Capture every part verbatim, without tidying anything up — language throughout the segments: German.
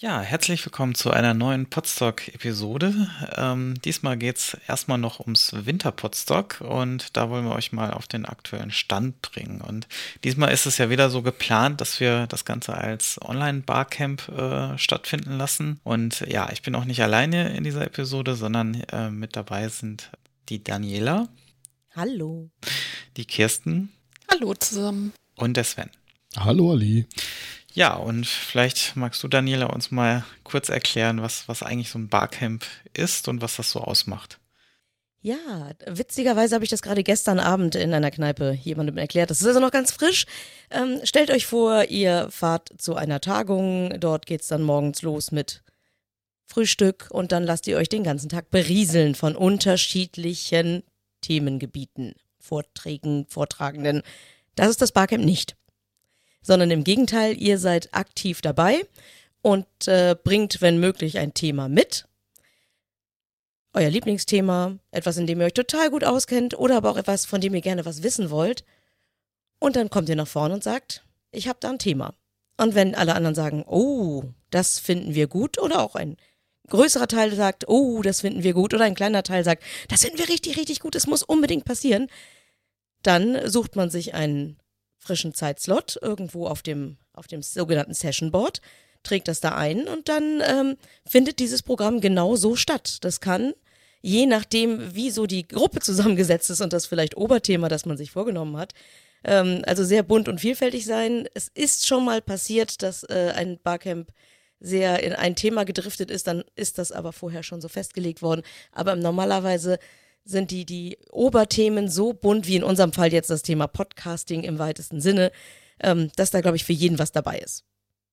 Ja, herzlich willkommen zu einer neuen Podstock-Episode. Ähm, diesmal geht es erstmal noch ums Winter-Podstock und da wollen wir euch mal auf den aktuellen Stand bringen. Und diesmal ist es ja wieder so geplant, dass wir das Ganze als Online-Barcamp äh, stattfinden lassen. Und ja, ich bin auch nicht alleine in dieser Episode, sondern äh, mit dabei sind die Daniela. Hallo. Die Kirsten. Hallo zusammen. Und der Sven. Hallo Ali. Ja, und vielleicht magst du, Daniela, uns mal kurz erklären, was, was eigentlich so ein Barcamp ist und was das so ausmacht. Ja, witzigerweise habe ich das gerade gestern Abend in einer Kneipe jemandem erklärt. Das ist also noch ganz frisch. Ähm, stellt euch vor, ihr fahrt zu einer Tagung. Dort geht's dann morgens los mit Frühstück und dann lasst ihr euch den ganzen Tag berieseln von unterschiedlichen Themengebieten, Vorträgen, Vortragenden. Das ist das Barcamp nicht. Sondern im Gegenteil, ihr seid aktiv dabei und äh, bringt, wenn möglich, ein Thema mit. Euer Lieblingsthema, etwas, in dem ihr euch total gut auskennt oder aber auch etwas, von dem ihr gerne was wissen wollt. Und dann kommt ihr nach vorne und sagt, ich habe da ein Thema. Und wenn alle anderen sagen, oh, das finden wir gut, oder auch ein größerer Teil sagt, oh, das finden wir gut, oder ein kleiner Teil sagt, das finden wir richtig, richtig gut, das muss unbedingt passieren, dann sucht man sich einen frischen Zeitslot irgendwo auf dem, auf dem sogenannten Session Board, trägt das da ein und dann ähm, findet dieses Programm genau so statt. Das kann, je nachdem, wie so die Gruppe zusammengesetzt ist und das vielleicht Oberthema, das man sich vorgenommen hat, ähm, also sehr bunt und vielfältig sein. Es ist schon mal passiert, dass äh, ein Barcamp sehr in ein Thema gedriftet ist, dann ist das aber vorher schon so festgelegt worden. Aber normalerweise sind die, die Oberthemen so bunt, wie in unserem Fall jetzt das Thema Podcasting im weitesten Sinne, ähm, dass da, glaube ich, für jeden was dabei ist.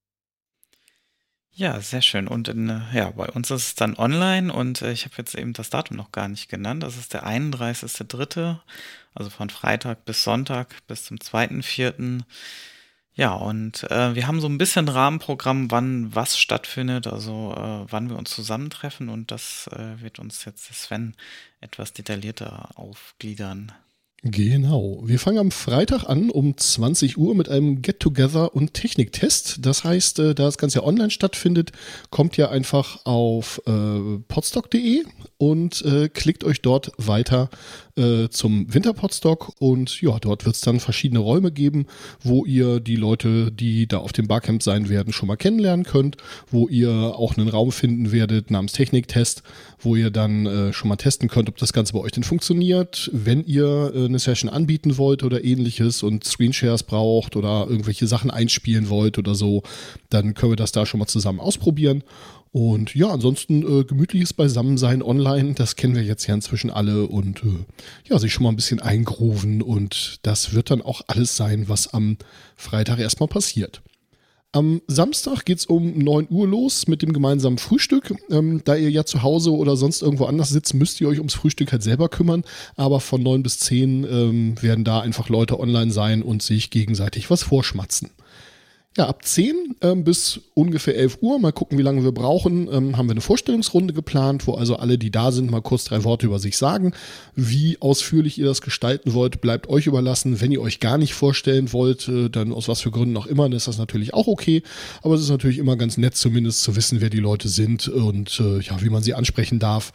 Ja, sehr schön. Und in, ja, bei uns ist es dann online und äh, ich habe jetzt eben das Datum noch gar nicht genannt. Das ist der einunddreißigster dritte, also von Freitag bis Sonntag bis zum zweiten vierten Ja, und äh, wir haben so ein bisschen Rahmenprogramm, wann was stattfindet, also äh, wann wir uns zusammentreffen und das äh, wird uns jetzt Sven etwas detaillierter aufgliedern. Genau. Wir fangen am Freitag an um zwanzig Uhr mit einem Get-Together und Techniktest. Das heißt, da das Ganze ja online stattfindet, kommt ihr einfach auf äh, podstock punkt de und äh, klickt euch dort weiter äh, zum Winter-Podstock und ja, dort wird es dann verschiedene Räume geben, wo ihr die Leute, die da auf dem Barcamp sein werden, schon mal kennenlernen könnt, wo ihr auch einen Raum finden werdet namens Techniktest, wo ihr dann äh, schon mal testen könnt, ob das Ganze bei euch denn funktioniert, wenn ihr äh, eine Session anbieten wollt oder ähnliches und Screenshares braucht oder irgendwelche Sachen einspielen wollt oder so, dann können wir das da schon mal zusammen ausprobieren. Und ja, ansonsten äh, gemütliches Beisammensein online, das kennen wir jetzt ja inzwischen alle und äh, ja, sich schon mal ein bisschen eingrooven und das wird dann auch alles sein, was am Freitag erstmal passiert. Am Samstag geht es um neun Uhr los mit dem gemeinsamen Frühstück. Ähm, da ihr ja zu Hause oder sonst irgendwo anders sitzt, müsst ihr euch ums Frühstück halt selber kümmern. Aber von neun bis zehn ähm, werden da einfach Leute online sein und sich gegenseitig was vorschmatzen. Ja, ab zehn ähm, bis ungefähr elf Uhr, mal gucken, wie lange wir brauchen, ähm, haben wir eine Vorstellungsrunde geplant, wo also alle, die da sind, mal kurz drei Worte über sich sagen. Wie ausführlich ihr das gestalten wollt, bleibt euch überlassen. Wenn ihr euch gar nicht vorstellen wollt, äh, dann aus was für Gründen auch immer, dann ist das natürlich auch okay. Aber es ist natürlich immer ganz nett, zumindest zu wissen, wer die Leute sind und äh, ja, wie man sie ansprechen darf.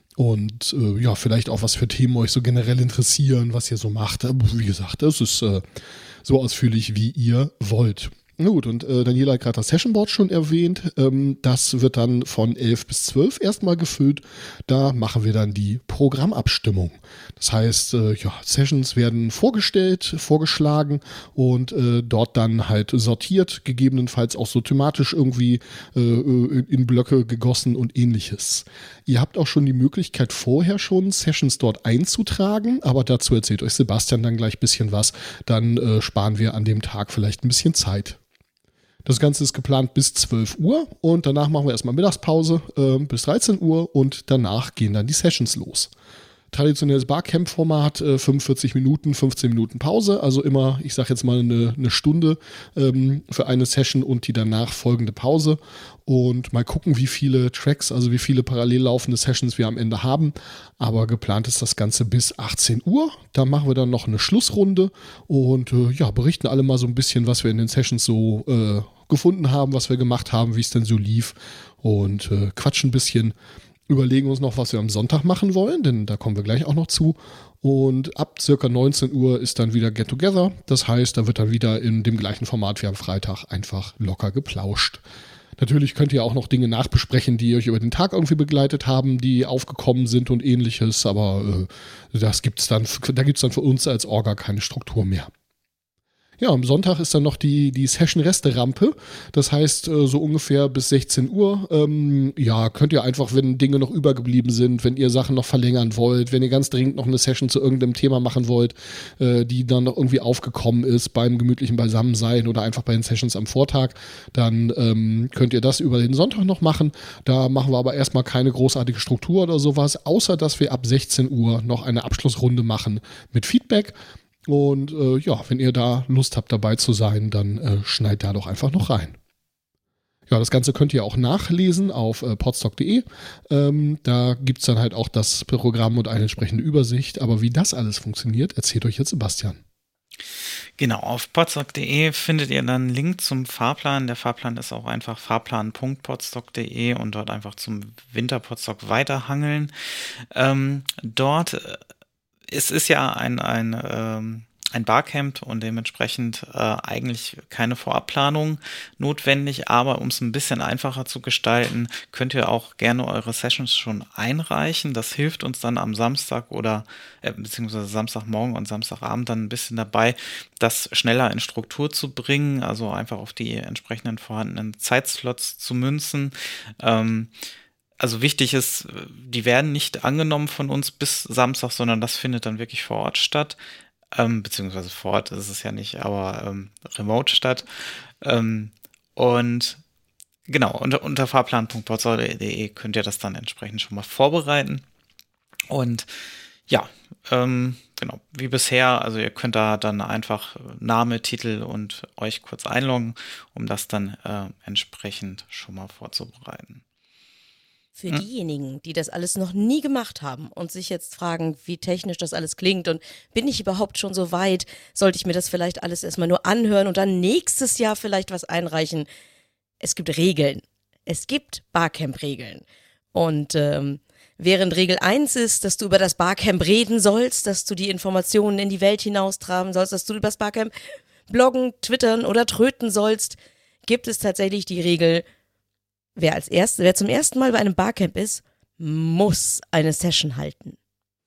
Und äh, ja, vielleicht auch, was für Themen euch so generell interessieren, was ihr so macht. Aber wie gesagt, das ist äh, so ausführlich, wie ihr wollt. Na gut, und äh, Daniela hat gerade das Sessionboard schon erwähnt. Ähm, das wird dann von elf bis zwölf erstmal gefüllt. Da machen wir dann die Programmabstimmung. Das heißt, äh, ja, Sessions werden vorgestellt, vorgeschlagen und äh, dort dann halt sortiert, gegebenenfalls auch so thematisch irgendwie äh, in Blöcke gegossen und ähnliches. Ihr habt auch schon die Möglichkeit, vorher schon Sessions dort einzutragen, aber dazu erzählt euch Sebastian dann gleich ein bisschen was. Dann äh, sparen wir an dem Tag vielleicht ein bisschen Zeit. Das Ganze ist geplant bis zwölf Uhr und danach machen wir erstmal Mittagspause äh, bis dreizehn Uhr und danach gehen dann die Sessions los. Traditionelles Barcamp-Format, äh, fünfundvierzig Minuten, fünfzehn Minuten Pause, also immer, ich sage jetzt mal eine, eine Stunde ähm, für eine Session und die danach folgende Pause und mal gucken, wie viele Tracks, also wie viele parallel laufende Sessions wir am Ende haben, aber geplant ist das Ganze bis achtzehn Uhr, da machen wir dann noch eine Schlussrunde und äh, ja, berichten alle mal so ein bisschen, was wir in den Sessions so äh, gefunden haben, was wir gemacht haben, wie es denn so lief und äh, quatschen ein bisschen, überlegen uns noch, was wir am Sonntag machen wollen, denn da kommen wir gleich auch noch zu. Und ab circa neunzehn Uhr ist dann wieder Get Together. Das heißt, da wird dann wieder in dem gleichen Format wie am Freitag einfach locker geplauscht. Natürlich könnt ihr auch noch Dinge nachbesprechen, die euch über den Tag irgendwie begleitet haben, die aufgekommen sind und ähnliches, aber äh, das gibt's dann, da gibt es dann für uns als Orga keine Struktur mehr. Ja, am Sonntag ist dann noch die, die Session-Reste-Rampe. Das heißt, so ungefähr bis sechzehn Uhr. Ähm, ja, könnt ihr einfach, wenn Dinge noch übergeblieben sind, wenn ihr Sachen noch verlängern wollt, wenn ihr ganz dringend noch eine Session zu irgendeinem Thema machen wollt, äh, die dann noch irgendwie aufgekommen ist beim gemütlichen Beisammensein oder einfach bei den Sessions am Vortag, dann ähm, könnt ihr das über den Sonntag noch machen. Da machen wir aber erstmal keine großartige Struktur oder sowas, außer dass wir ab sechzehn Uhr noch eine Abschlussrunde machen mit Feedback. Und äh, ja, wenn ihr da Lust habt, dabei zu sein, dann äh, schneid da doch einfach noch rein. Ja, das Ganze könnt ihr auch nachlesen auf äh, podstock punkt de. Ähm, da gibt es dann halt auch das Programm und eine entsprechende Übersicht. Aber wie das alles funktioniert, erzählt euch jetzt Sebastian. Genau, auf podstock punkt de findet ihr dann einen Link zum Fahrplan. Der Fahrplan ist auch einfach fahrplan punkt podstock punkt de und dort einfach zum Winterpodstock weiterhangeln. Ähm, dort Es ist ja ein, ein, ähm, ein Barcamp und dementsprechend äh, eigentlich keine Vorabplanung notwendig, aber um es ein bisschen einfacher zu gestalten, könnt ihr auch gerne eure Sessions schon einreichen. Das hilft uns dann am Samstag oder äh, beziehungsweise Samstagmorgen und Samstagabend dann ein bisschen dabei, das schneller in Struktur zu bringen, also einfach auf die entsprechenden vorhandenen Zeitslots zu münzen. Ähm, Also wichtig ist, die werden nicht angenommen von uns bis Samstag, sondern das findet dann wirklich vor Ort statt. Ähm, beziehungsweise vor Ort ist es ja nicht, aber ähm, remote statt. Ähm, und genau, unter, unter fahrplan punkt podstock punkt de könnt ihr das dann entsprechend schon mal vorbereiten. Und ja, ähm, genau, wie bisher, also ihr könnt da dann einfach Name, Titel und euch kurz einloggen, um das dann äh, entsprechend schon mal vorzubereiten. Für diejenigen, die das alles noch nie gemacht haben und sich jetzt fragen, wie technisch das alles klingt und bin ich überhaupt schon so weit, sollte ich mir das vielleicht alles erstmal nur anhören und dann nächstes Jahr vielleicht was einreichen. Es gibt Regeln. Es gibt Barcamp-Regeln. Und ähm, während Regel eins ist, dass du über das Barcamp reden sollst, dass du die Informationen in die Welt hinaustragen sollst, dass du über das Barcamp bloggen, twittern oder tröten sollst, gibt es tatsächlich die Regel, Wer als erste, wer zum ersten Mal bei einem Barcamp ist, muss eine Session halten.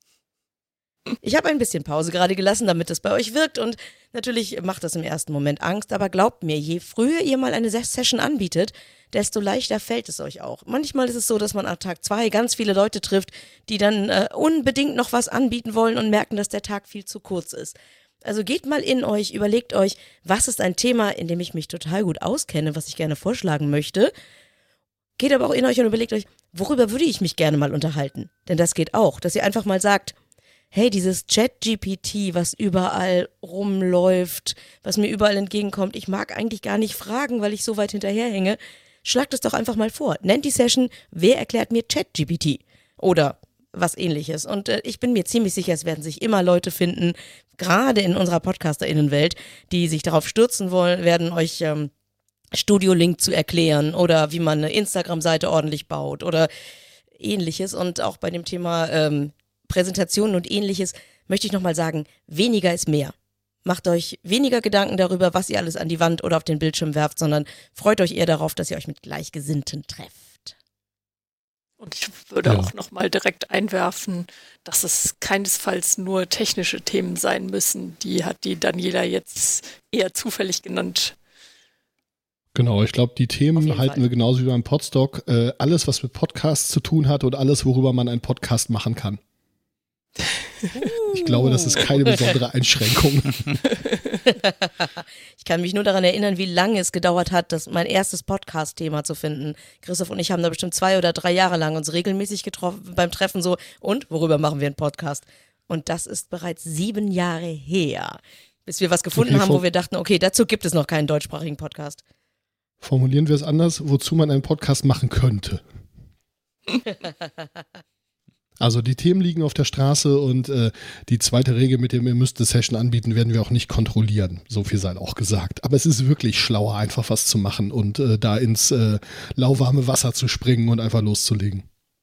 Ich habe ein bisschen Pause gerade gelassen, damit es bei euch wirkt und natürlich macht das im ersten Moment Angst, aber glaubt mir, je früher ihr mal eine Session anbietet, desto leichter fällt es euch auch. Manchmal ist es so, dass man an Tag zwei ganz viele Leute trifft, die dann äh, unbedingt noch was anbieten wollen und merken, dass der Tag viel zu kurz ist. Also geht mal in euch, überlegt euch, was ist ein Thema, in dem ich mich total gut auskenne, was ich gerne vorschlagen möchte. Geht aber auch in euch und überlegt euch, worüber würde ich mich gerne mal unterhalten? Denn das geht auch, dass ihr einfach mal sagt, hey, dieses Chat-G P T, was überall rumläuft, was mir überall entgegenkommt, ich mag eigentlich gar nicht fragen, weil ich so weit hinterherhänge, schlagt es doch einfach mal vor. Nennt die Session, wer erklärt mir Chat-G P T? Oder was ähnliches. Und äh, ich bin mir ziemlich sicher, es werden sich immer Leute finden, gerade in unserer PodcasterInnenwelt, die sich darauf stürzen wollen, werden euch ähm, Studio Link zu erklären oder wie man eine Instagram-Seite ordentlich baut oder ähnliches. Und auch bei dem Thema ähm, Präsentationen und ähnliches möchte ich nochmal sagen, weniger ist mehr. Macht euch weniger Gedanken darüber, was ihr alles an die Wand oder auf den Bildschirm werft, sondern freut euch eher darauf, dass ihr euch mit Gleichgesinnten trefft. Und ich würde Ja. auch nochmal direkt einwerfen, dass es keinesfalls nur technische Themen sein müssen. Die hat die Daniela jetzt eher zufällig genannt. Genau, ich glaube, die Auf Themen jeden halten Fall. wir genauso wie beim Podstock. Äh, alles, was mit Podcasts zu tun hat und alles, worüber man einen Podcast machen kann. Ich glaube, das ist keine besondere Einschränkung. Ich kann mich nur daran erinnern, wie lange es gedauert hat, das mein erstes Podcast-Thema zu finden. Christoph und ich haben da bestimmt zwei oder drei Jahre lang uns regelmäßig getroffen beim Treffen so, und worüber machen wir einen Podcast? Und das ist bereits sieben Jahre her, bis wir was gefunden Okay, haben, vor- wo wir dachten, okay, dazu gibt es noch keinen deutschsprachigen Podcast. Formulieren wir es anders, wozu man einen Podcast machen könnte. Also die Themen liegen auf der Straße und äh, die zweite Regel mit dem, ihr müsst eine Session anbieten, werden wir auch nicht kontrollieren. So viel sei auch gesagt. Aber es ist wirklich schlauer, einfach was zu machen und äh, da ins äh, lauwarme Wasser zu springen und einfach loszulegen.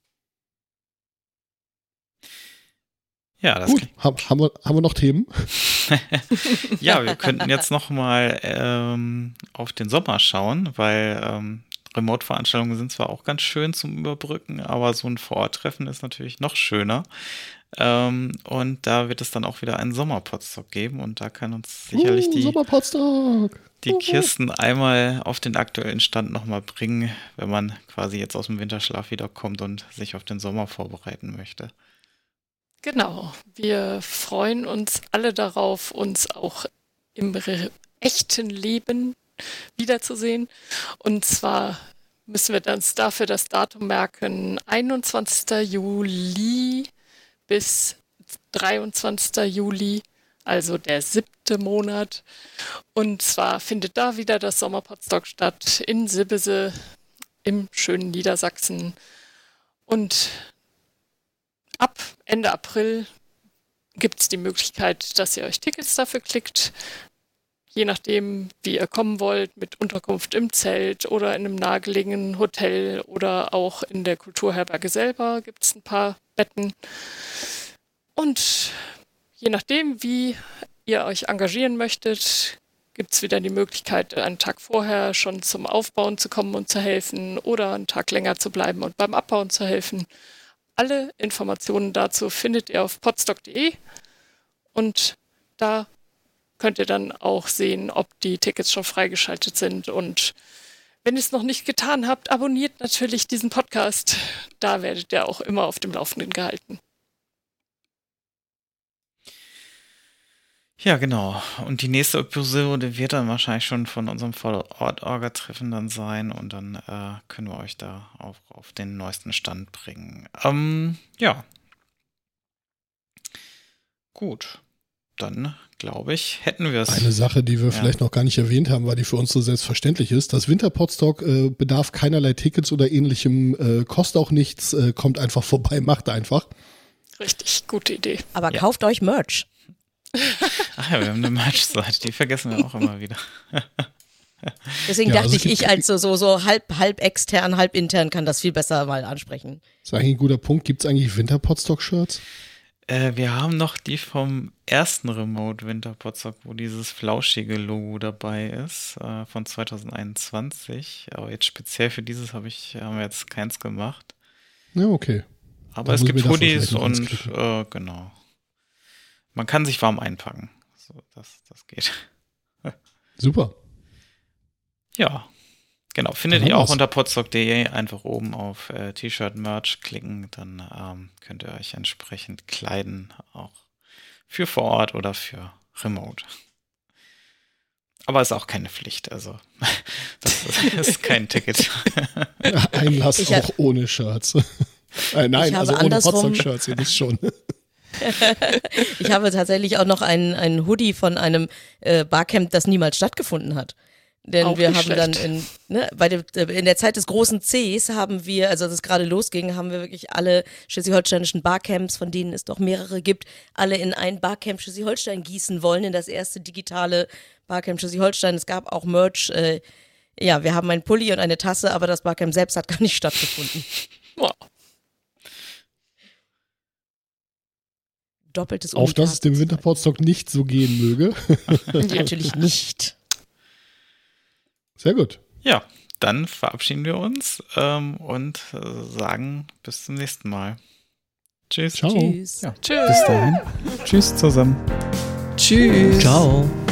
Ja, das Gut, ha- haben, wir, haben wir noch Themen? Ja, wir könnten jetzt noch mal ähm, auf den Sommer schauen, weil ähm, Remote-Veranstaltungen sind zwar auch ganz schön zum Überbrücken, aber so ein Vor-Ort-Treffen ist natürlich noch schöner. Ähm, und da wird es dann auch wieder einen Sommerpodstock geben und da kann uns sicherlich uh, die, Sommerpodstock. die Kirsten einmal auf den aktuellen Stand nochmal bringen, wenn man quasi jetzt aus dem Winterschlaf wiederkommt und sich auf den Sommer vorbereiten möchte. Genau, wir freuen uns alle darauf, uns auch im re- echten Leben wiederzusehen. Und zwar müssen wir uns dafür das Datum merken, einundzwanzigster Juli bis dreiundzwanzigster Juli, also der siebte Monat. Und zwar findet da wieder das Sommerpodstock statt in Sibbese im schönen Niedersachsen. Und ab Ende April gibt es die Möglichkeit, dass ihr euch Tickets dafür klickt. Je nachdem, wie ihr kommen wollt, mit Unterkunft im Zelt oder in einem nahegelegenen Hotel oder auch in der Kulturherberge selber gibt es ein paar Betten. Und je nachdem, wie ihr euch engagieren möchtet, gibt es wieder die Möglichkeit, einen Tag vorher schon zum Aufbauen zu kommen und zu helfen oder einen Tag länger zu bleiben und beim Abbauen zu helfen. Alle Informationen dazu findet ihr auf podstock punkt de und da könnt ihr dann auch sehen, ob die Tickets schon freigeschaltet sind. Und wenn ihr es noch nicht getan habt, abonniert natürlich diesen Podcast. Da werdet ihr auch immer auf dem Laufenden gehalten. Ja, genau. Und die nächste Episode wird dann wahrscheinlich schon von unserem Vor-Ort-Orga-Treffen dann sein und dann äh, können wir euch da auch auf den neuesten Stand bringen. Ähm, ja. Gut. Dann, glaube ich, hätten wir es. Eine Sache, die wir ja. vielleicht noch gar nicht erwähnt haben, weil die für uns so selbstverständlich ist. Das Winterpodstock äh, bedarf keinerlei Tickets oder ähnlichem, äh, kostet auch nichts, äh, kommt einfach vorbei, macht einfach. Richtig, gute Idee. Aber Ja. kauft euch Merch. Ach ja, wir haben eine Merch-Seite, die vergessen wir auch immer wieder. Deswegen Ja, dachte also ich, ich als so, so, so halb, halb extern, halb intern kann das viel besser mal ansprechen. Das ist eigentlich ein guter Punkt. Gibt es eigentlich Winterpodstock-Shirts? Äh, wir haben noch die vom ersten Remote Winterpodstock, wo dieses flauschige Logo dabei ist, äh, von zwanzig einundzwanzig. Aber jetzt speziell für dieses habe ich, haben wir jetzt keins gemacht. Ja, okay. Aber Dann es muss gibt ich mir davon Hoodies vielleicht noch eins und klicken. äh, genau. Man kann sich warm einpacken. So, das, das geht. Super. Ja, genau. Findet Dann ihr haben auch wir's. unter podstock punkt de. Einfach oben auf äh, T-Shirt-Merch klicken. Dann ähm, könnt ihr euch entsprechend kleiden. Auch für vor Ort oder für Remote. Aber ist auch keine Pflicht. Also, das ist, ist kein Ticket. Einlass Ich auch ohne Shirts. äh, nein, Ich habe also ohne andersrum- Podstock-Shirts, ihr wisst schon. Ich habe tatsächlich auch noch einen, einen Hoodie von einem äh, Barcamp, das niemals stattgefunden hat. Denn Auch wir nicht haben dann schlecht. in, ne, bei dem, in der Zeit des großen Cs haben wir, also als es gerade losging, haben wir wirklich alle schleswig-holsteinischen Barcamps, von denen es doch mehrere gibt, alle in ein Barcamp Schleswig-Holstein gießen wollen, in das erste digitale Barcamp Schleswig-Holstein. Es gab auch Merch. Äh, ja, wir haben einen Pulli und eine Tasse, aber das Barcamp selbst hat gar nicht stattgefunden. Wow. Doppeltes Auf dass es dem Unikat. Winterpodstock nicht so gehen möge. Natürlich nicht. Sehr gut. Ja, dann verabschieden wir uns ähm, und äh, sagen bis zum nächsten Mal. Tschüss. Ciao. Tschüss. Ja. Tschüss. Bis dahin. Tschüss zusammen. Tschüss. Ciao.